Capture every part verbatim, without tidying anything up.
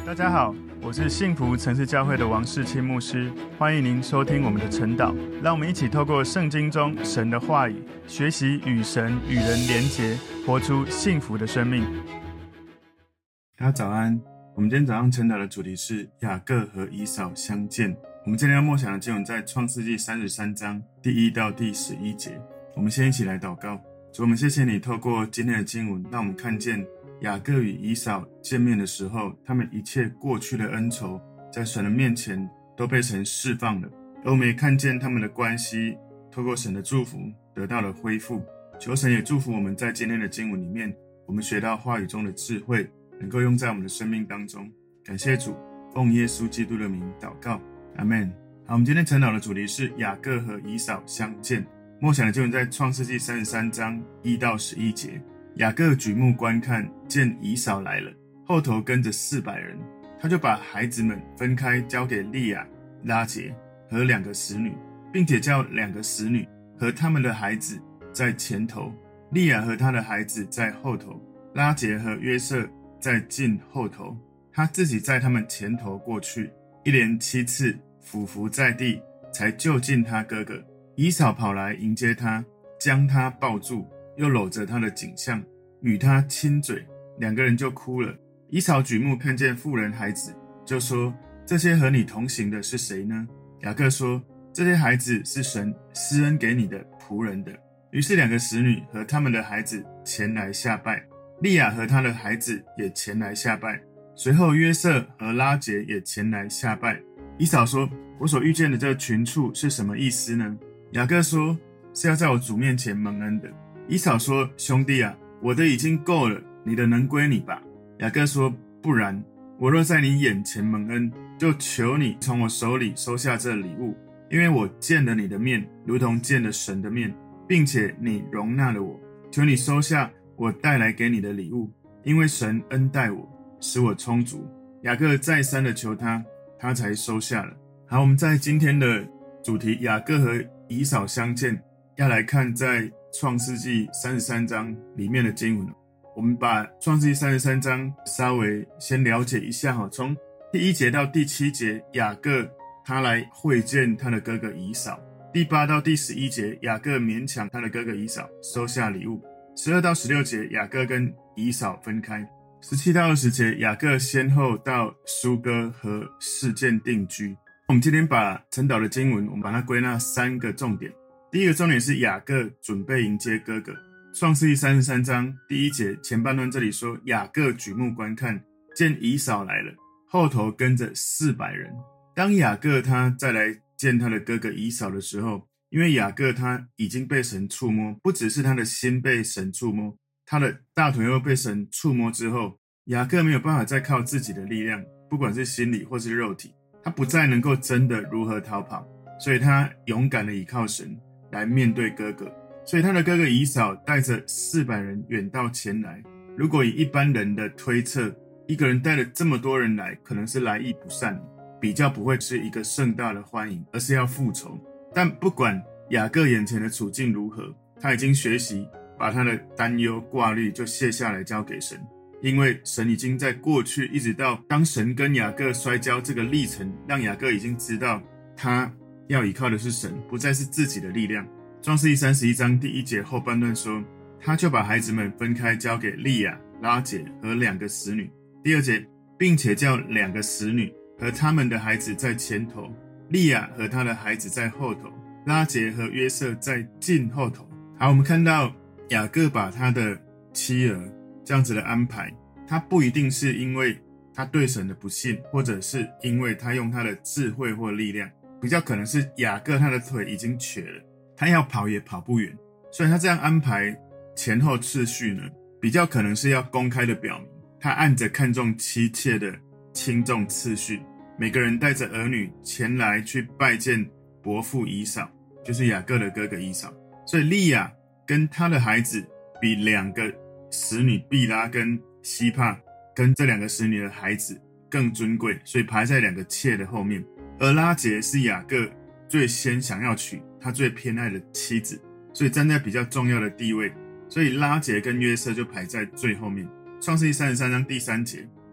大家好，我是幸福城市教会的王世清牧师，欢迎您收听我们的晨祷。让我们一起透过圣经中神的话语，学习与神与人连结，活出幸福的生命。大家早安，我们今天早上晨祷的主题是雅各和以扫相见。我们今天要默想的经文在创世纪三十三章第一到第十一节。我们先一起来祷告。主，我们谢谢你透过今天的经文，让我们看见雅各与以扫见面的时候，他们一切过去的恩仇在神的面前都被神释放了，而我们也看见他们的关系透过神的祝福得到了恢复。求神也祝福我们在今天的经文里面，我们学到话语中的智慧能够用在我们的生命当中。感谢主，奉耶稣基督的名祷告，阿们。好，我们今天晨祷的主题是雅各和以扫相见。默想的经文在创世纪三十三章一到十一节。雅各举目观看，见以扫来了，后头跟着四百人，他就把孩子们分开，交给利亚、拉结和两个使女，并且叫两个使女和他们的孩子在前头，利亚和他的孩子在后头，拉结和约瑟在近后头，他自己在他们前头过去，一连七次俯伏在地，才就近他哥哥。以扫跑来迎接他，将他抱住，又搂着他的颈项，与他亲嘴，两个人就哭了。以扫举目看见妇人孩子，就说：这些和你同行的是谁呢？雅各说：这些孩子是神施恩给你的仆人的。于是两个使女和他们的孩子前来下拜，利亚和他的孩子也前来下拜，随后约瑟和拉结也前来下拜。以扫说：我所遇见的这群畜是什么意思呢？雅各说：是要在我主面前蒙恩的。以扫说：兄弟啊，我的已经够了，你的能归你吧。雅各说：不然，我若在你眼前蒙恩，就求你从我手里收下这礼物，因为我见了你的面，如同见了神的面，并且你容纳了我，求你收下我带来给你的礼物，因为神恩待我，使我充足。雅各再三的求他，他才收下了。好，我们在今天的主题雅各和以扫相见，要来看在创世纪三十三章里面的经文。我们把创世纪三十三章稍微先了解一下，从第一节到第七节，雅各他来会见他的哥哥以扫。第八到第十一节，雅各勉强他的哥哥以扫收下礼物。十二到十六节，雅各跟以扫分开。十七到二十节，雅各先后到苏哥和示剑定居。我们今天把晨祷的经文，我们把它归纳三个重点。第一个重点是雅各准备迎接哥哥。创世纪三十三章第一节前半段这里说，雅各举目观看，见以扫来了，后头跟着四百人。当雅各他再来见他的哥哥以扫的时候，因为雅各他已经被神触摸，不只是他的心被神触摸，他的大腿又被神触摸之后，雅各没有办法再靠自己的力量，不管是心理或是肉体，他不再能够真的如何逃跑，所以他勇敢的倚靠神来面对哥哥。所以他的哥哥以扫带着四百人远道前来。如果以一般人的推测，一个人带了这么多人来，可能是来意不善，比较不会是一个盛大的欢迎，而是要复仇。但不管雅各眼前的处境如何，他已经学习把他的担忧挂虑就卸下来交给神，因为神已经在过去一直到当神跟雅各摔跤这个历程，让雅各已经知道他要依靠的是神，不再是自己的力量。创世记三十一章第一节后半段说，他就把孩子们分开交给利亚、拉结和两个使女。第二节，并且叫两个使女和他们的孩子在前头，利亚和他的孩子在后头，拉结和约瑟在近后头。好，我们看到雅各把他的妻儿这样子的安排，他不一定是因为他对神的不信，或者是因为他用他的智慧或力量，比较可能是雅各他的腿已经瘸了，他要跑也跑不远，所以他这样安排前后次序呢，比较可能是要公开的表明，他按着看重妻妾的轻重次序，每个人带着儿女前来去拜见伯父以扫，就是雅各的哥哥以扫。所以利亚跟他的孩子比两个使女毕拉跟西帕跟这两个使女的孩子更尊贵，所以排在两个妾的后面。而拉结是雅各最先想要娶他最偏爱的妻子，所以站在比较重要的地位，所以拉结跟约瑟就排在最后面。创世记三十三章第三节，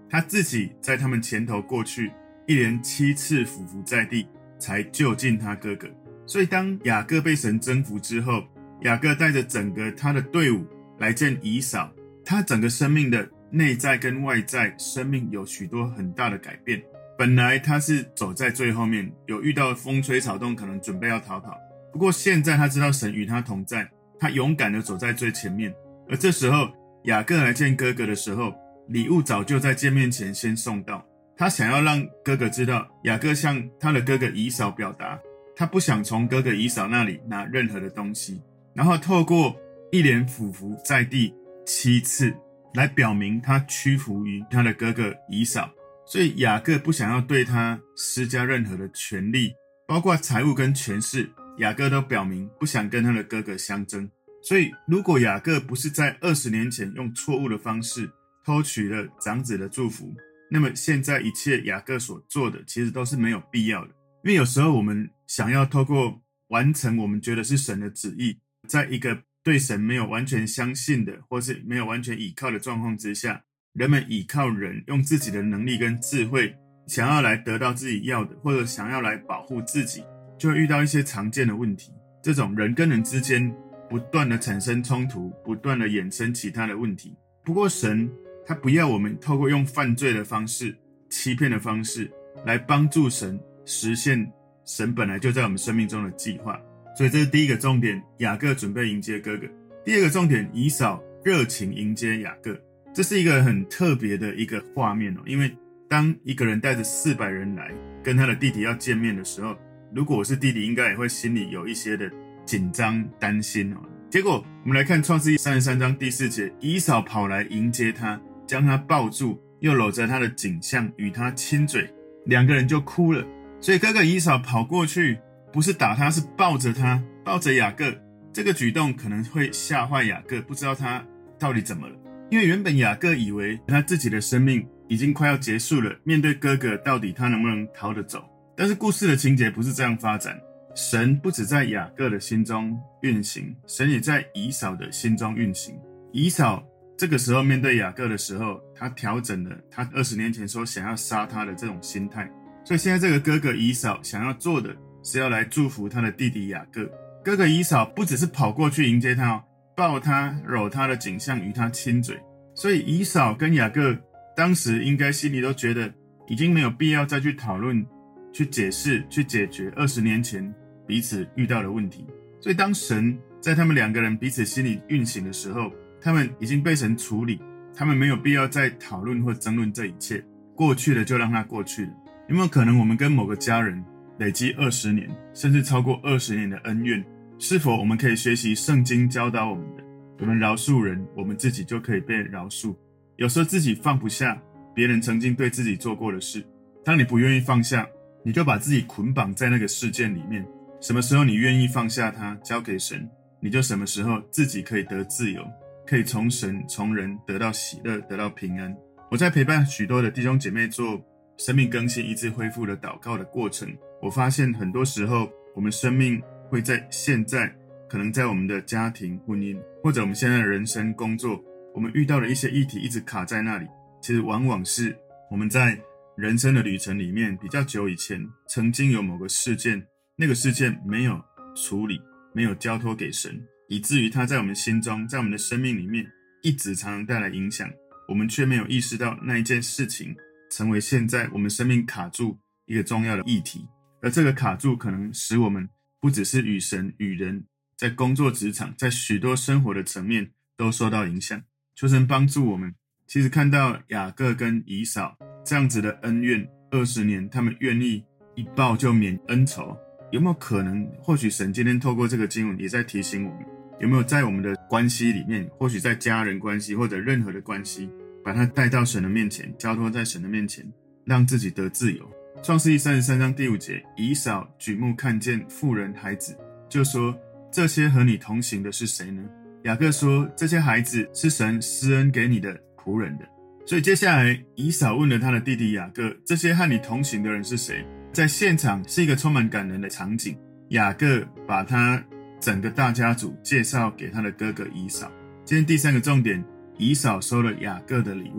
他自己在他们前头过去，一连七次俯伏在地，才救进他哥哥。所以当雅各被神征服之后，雅各带着整个他的队伍来见以扫，他整个生命的内在跟外在生命有许多很大的改变。本来他是走在最后面，有遇到风吹草动，可能准备要逃跑，不过现在他知道神与他同在，他勇敢的走在最前面。而这时候雅各来见哥哥的时候，礼物早就在见面前先送到，他想要让哥哥知道，雅各向他的哥哥以扫表达，他不想从哥哥以扫那里拿任何的东西，然后透过一连俯伏在地七次来表明他屈服于他的哥哥以扫。所以雅各不想要对他施加任何的权利，包括财物跟权势，雅各都表明不想跟他的哥哥相争。所以如果雅各不是在二十年前用错误的方式偷取了长子的祝福，那么现在一切雅各所做的其实都是没有必要的。因为有时候我们想要透过完成我们觉得是神的旨意，在一个对神没有完全相信的，或是没有完全倚靠的状况之下，人们倚靠人，用自己的能力跟智慧想要来得到自己要的，或者想要来保护自己，就会遇到一些常见的问题。这种人跟人之间不断的产生冲突，不断的衍生其他的问题。不过神他不要我们透过用犯罪的方式、欺骗的方式来帮助神实现神本来就在我们生命中的计划。所以这是第一个重点，雅各准备迎接哥哥。第二个重点，以扫热情迎接雅各。这是一个很特别的一个画面哦，因为当一个人带着四百人来跟他的弟弟要见面的时候，如果我是弟弟，应该也会心里有一些的紧张担心哦。结果我们来看创世记三十三章第四节，以扫跑来迎接他，将他抱住，又搂着他的颈项，与他亲嘴，两个人就哭了。所以哥哥以扫跑过去，不是打他，是抱着他，抱着雅各。这个举动可能会吓坏雅各，不知道他到底怎么了。因为原本雅各以为他自己的生命已经快要结束了，面对哥哥到底他能不能逃得走。但是故事的情节不是这样发展，神不只在雅各的心中运行，神也在以扫的心中运行。以扫这个时候面对雅各的时候，他调整了他二十年前说想要杀他的这种心态。所以现在这个哥哥以扫想要做的是要来祝福他的弟弟雅各。哥哥以扫不只是跑过去迎接他哦，抱他，搂他的颈项，与他亲嘴。所以以扫跟雅各当时应该心里都觉得已经没有必要再去讨论、去解释、去解决二十年前彼此遇到的问题。所以当神在他们两个人彼此心里运行的时候，他们已经被神处理，他们没有必要再讨论或争论这一切，过去了就让它过去了。有没有可能我们跟某个家人累积二十年甚至超过二十年的恩怨，是否我们可以学习圣经教导我们的，我们饶恕人，我们自己就可以被饶恕。有时候自己放不下别人曾经对自己做过的事，当你不愿意放下，你就把自己捆绑在那个事件里面。什么时候你愿意放下它，交给神，你就什么时候自己可以得自由，可以从神从人得到喜乐，得到平安。我在陪伴许多的弟兄姐妹做生命更新、医治恢复的祷告的过程，我发现很多时候我们生命会在现在，可能在我们的家庭、婚姻，或者我们现在的人生、工作，我们遇到的一些议题一直卡在那里。其实往往是我们在人生的旅程里面比较久以前，曾经有某个事件，那个事件没有处理，没有交托给神，以至于它在我们心中，在我们的生命里面一直常常带来影响，我们却没有意识到那一件事情成为现在我们生命卡住一个重要的议题。而这个卡住可能使我们不只是与神与人，在工作职场，在许多生活的层面都受到影响。求神帮助我们。其实看到雅各跟以扫这样子的恩怨二十年，他们愿意一报就免恩仇，有没有可能或许神今天透过这个经文也在提醒我们，有没有在我们的关系里面，或许在家人关系或者任何的关系，把它带到神的面前，交托在神的面前，让自己得自由。创世记三十三章第五节，以扫举目看见妇人孩子，就说，这些和你同行的是谁呢？雅各说，这些孩子是神施恩给你的仆人的。所以接下来以扫问了他的弟弟雅各，这些和你同行的人是谁？在现场是一个充满感人的场景，雅各把他整个大家族介绍给他的哥哥以扫。今天第三个重点，以扫收了雅各的礼物。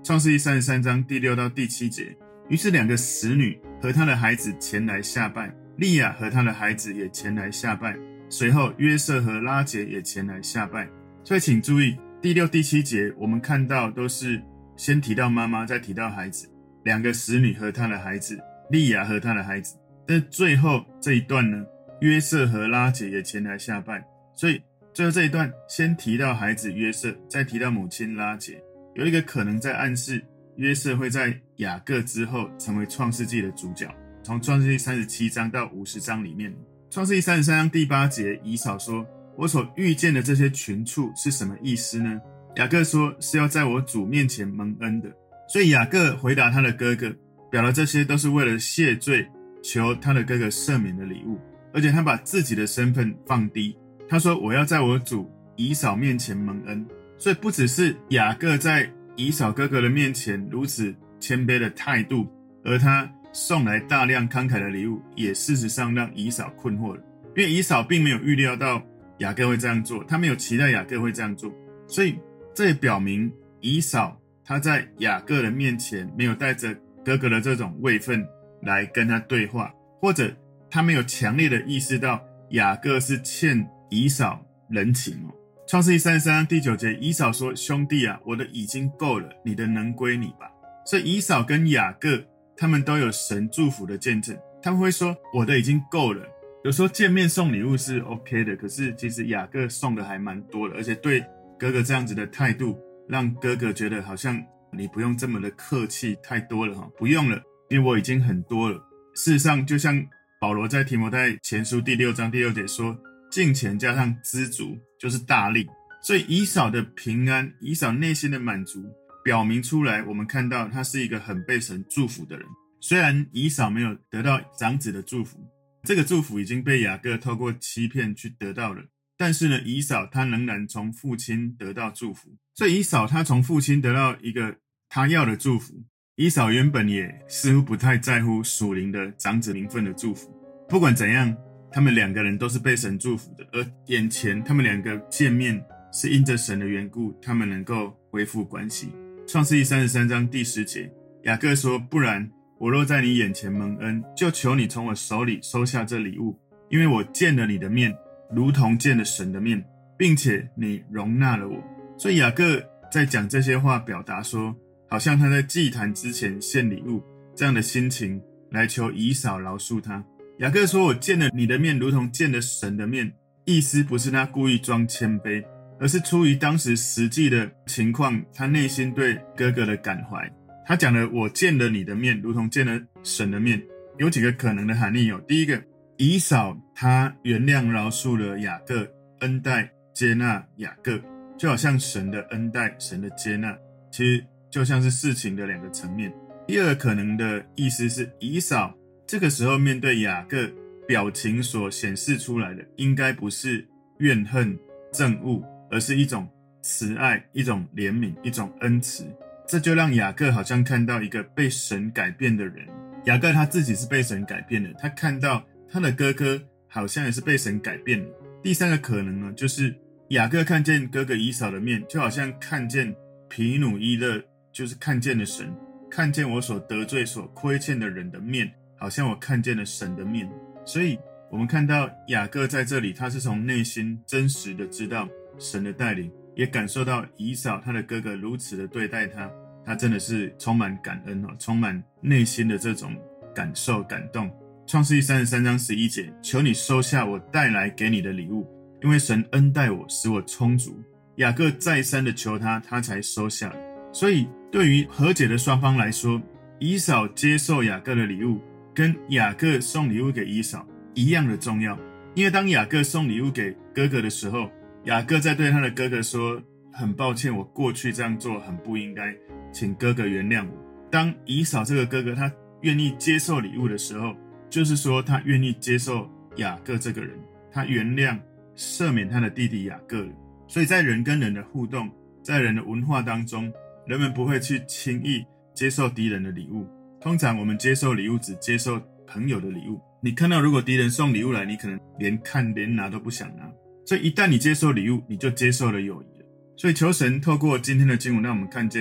创世记三十三章第六到第七节，于是两个使女和她的孩子前来下拜，利亚和她的孩子也前来下拜，随后约瑟和拉结也前来下拜。所以请注意第六第七节我们看到都是先提到妈妈，再提到孩子，两个使女和她的孩子，利亚和她的孩子。但最后这一段呢，约瑟和拉结也前来下拜，所以最后这一段先提到孩子约瑟，再提到母亲拉结，有一个可能在暗示约瑟会在雅各之后成为创世纪的主角。从创世纪三十七章到五十章里面，创世纪三十三章第八节，以扫说，我所遇见的这些群畜是什么意思呢？雅各说，是要在我主面前蒙恩的。所以雅各回答他的哥哥，表达这些都是为了谢罪，求他的哥哥赦免的礼物，而且他把自己的身份放低，他说我要在我主以扫面前蒙恩。所以不只是雅各在以扫哥哥的面前如此谦卑的态度，而他送来大量慷慨的礼物，也事实上让以扫困惑了，因为以扫并没有预料到雅各会这样做，他没有期待雅各会这样做，所以这也表明以扫他在雅各的面前没有带着哥哥的这种位分来跟他对话，或者他没有强烈的意识到雅各是欠以扫人情哦。创世记三十三章第九节，以扫说，兄弟啊，我的已经够了，你的能归你吧。所以以扫跟雅各他们都有神祝福的见证，他们会说我的已经够了。有时候见面送礼物是 OK 的，可是其实雅各送的还蛮多的，而且对哥哥这样子的态度，让哥哥觉得好像你不用这么的客气，太多了哈，不用了，因为我已经很多了。事实上，就像保罗在提摩太前书第六章第六节说，敬虔加上知足就是大利。所以以扫的平安，以扫内心的满足，表明出来，我们看到他是一个很被神祝福的人。虽然以扫没有得到长子的祝福，这个祝福已经被雅各透过欺骗去得到了，但是呢，以扫他仍然从父亲得到祝福。所以以扫他从父亲得到一个他要的祝福。以扫原本也似乎不太在乎属灵的长子名分的祝福，不管怎样，他们两个人都是被神祝福的，而眼前他们两个见面是因着神的缘故，他们能够恢复关系。创世记三十三章第十节，雅各说，不然我若在你眼前蒙恩，就求你从我手里收下这礼物，因为我见了你的面，如同见了神的面，并且你容纳了我。所以雅各在讲这些话，表达说好像他在祭坛之前献礼物这样的心情来求以扫饶恕他。雅各说，我见了你的面如同见了神的面，意思不是他故意装谦卑，而是出于当时实际的情况，他内心对哥哥的感怀。他讲了我见了你的面如同见了神的面，有几个可能的含义哦。第一个，以扫他原谅饶恕了雅各，恩待接纳雅各，就好像神的恩待，神的接纳，其实就像是事情的两个层面。第二个可能的意思是，以扫这个时候面对雅各表情所显示出来的，应该不是怨恨憎恶，而是一种慈爱，一种怜悯，一种恩慈。这就让雅各好像看到一个被神改变的人。雅各他自己是被神改变的，他看到他的哥哥好像也是被神改变的。第三个可能呢，就是雅各看见哥哥以扫的面，就好像看见毗努伊勒，就是看见了神，看见我所得罪所亏欠的人的面，好像我看见了神的面。所以我们看到雅各在这里，他是从内心真实的知道神的带领，也感受到以扫他的哥哥如此的对待他，他真的是充满感恩，充满内心的这种感受感动。创世记三十三章十一节，求你收下我带来给你的礼物，因为神恩待我，使我充足。雅各再三的求他，他才收下了。所以对于和解的双方来说，以扫接受雅各的礼物，跟雅各送礼物给以扫一样的重要。因为当雅各送礼物给哥哥的时候，雅各在对他的哥哥说，很抱歉，我过去这样做很不应该，请哥哥原谅我。当以扫这个哥哥他愿意接受礼物的时候，就是说他愿意接受雅各这个人，他原谅赦免他的弟弟雅各了。所以在人跟人的互动，在人的文化当中，人们不会去轻易接受敌人的礼物。通常我们接受礼物只接受朋友的礼物，你看到如果敌人送礼物来，你可能连看连拿都不想拿。所以一旦你接受礼物，你就接受了友谊了。所以求神透过今天的经文让我们看见哦，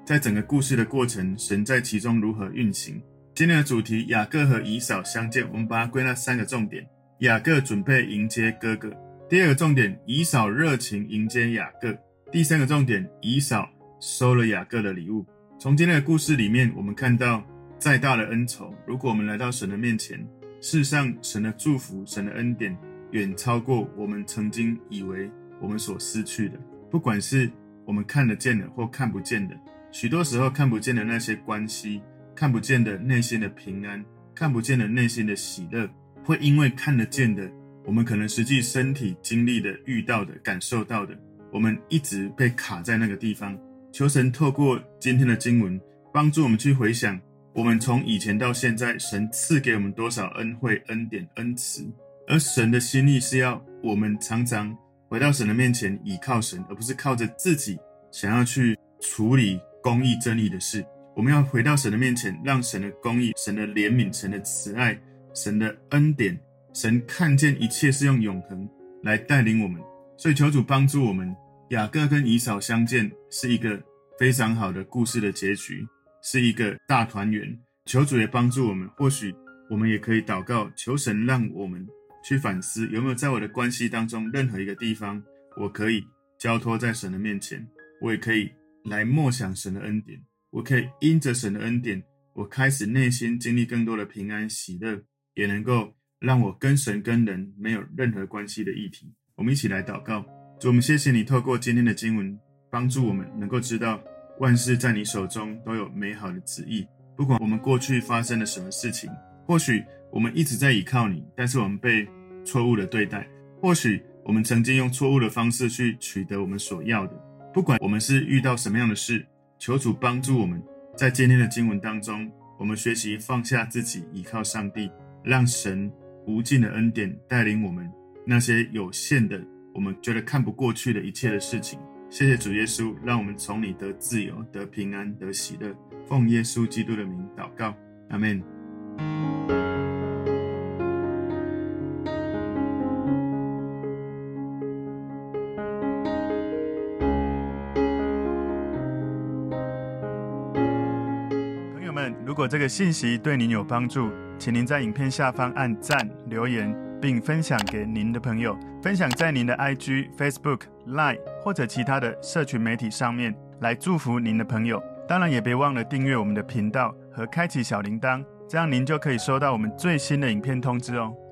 在整个故事的过程，神在其中如何运行。今天的主题，雅各和以扫相见，我们把它归纳三个重点。雅各准备迎接哥哥。第二个重点，以扫热情迎接雅各。第三个重点，以扫收了雅各的礼物。从今天的故事里面，我们看到再大的恩仇，如果我们来到神的面前，事实上神的祝福，神的恩典远超过我们曾经以为我们所失去的。不管是我们看得见的或看不见的，许多时候看不见的那些关系，看不见的内心的平安，看不见的内心的喜乐，会因为看得见的，我们可能实际身体经历的、遇到的、感受到的，我们一直被卡在那个地方。求神透过今天的经文，帮助我们去回想，我们从以前到现在，神赐给我们多少恩惠、恩典、恩慈，而神的心意是要我们常常回到神的面前，倚靠神，而不是靠着自己想要去处理公义正义的事。我们要回到神的面前，让神的公义、神的怜悯、神的慈爱、神的恩典，神看见一切是用永恒来带领我们。所以求主帮助我们，雅各跟以扫相见是一个非常好的故事的结局，是一个大团圆。求主也帮助我们，或许我们也可以祷告，求神让我们去反思，有没有在我的关系当中任何一个地方，我可以交托在神的面前，我也可以来默想神的恩典，我可以因着神的恩典，我开始内心经历更多的平安喜乐，也能够让我跟神跟人没有任何关系的议题。我们一起来祷告。主，我们谢谢你透过今天的经文，帮助我们能够知道万事在你手中都有美好的旨意。不管我们过去发生了什么事情，或许我们一直在倚靠你，但是我们被错误的对待，或许我们曾经用错误的方式去取得我们所要的。不管我们是遇到什么样的事，求主帮助我们，在今天的经文当中，我们学习放下自己，倚靠上帝，让神无尽的恩典带领我们那些有限的，我们觉得看不过去的一切的事情。谢谢主耶稣，让我们从你得自由，得平安，得喜乐。奉耶稣基督的名祷告，阿们。朋友们，如果这个信息对您有帮助，请您在影片下方按赞、留言，并分享给您的朋友，分享在您的 I G、Facebook、Line 或者其他的社群媒体上面，来祝福您的朋友。当然也别忘了订阅我们的频道和开启小铃铛，这样您就可以收到我们最新的影片通知哦。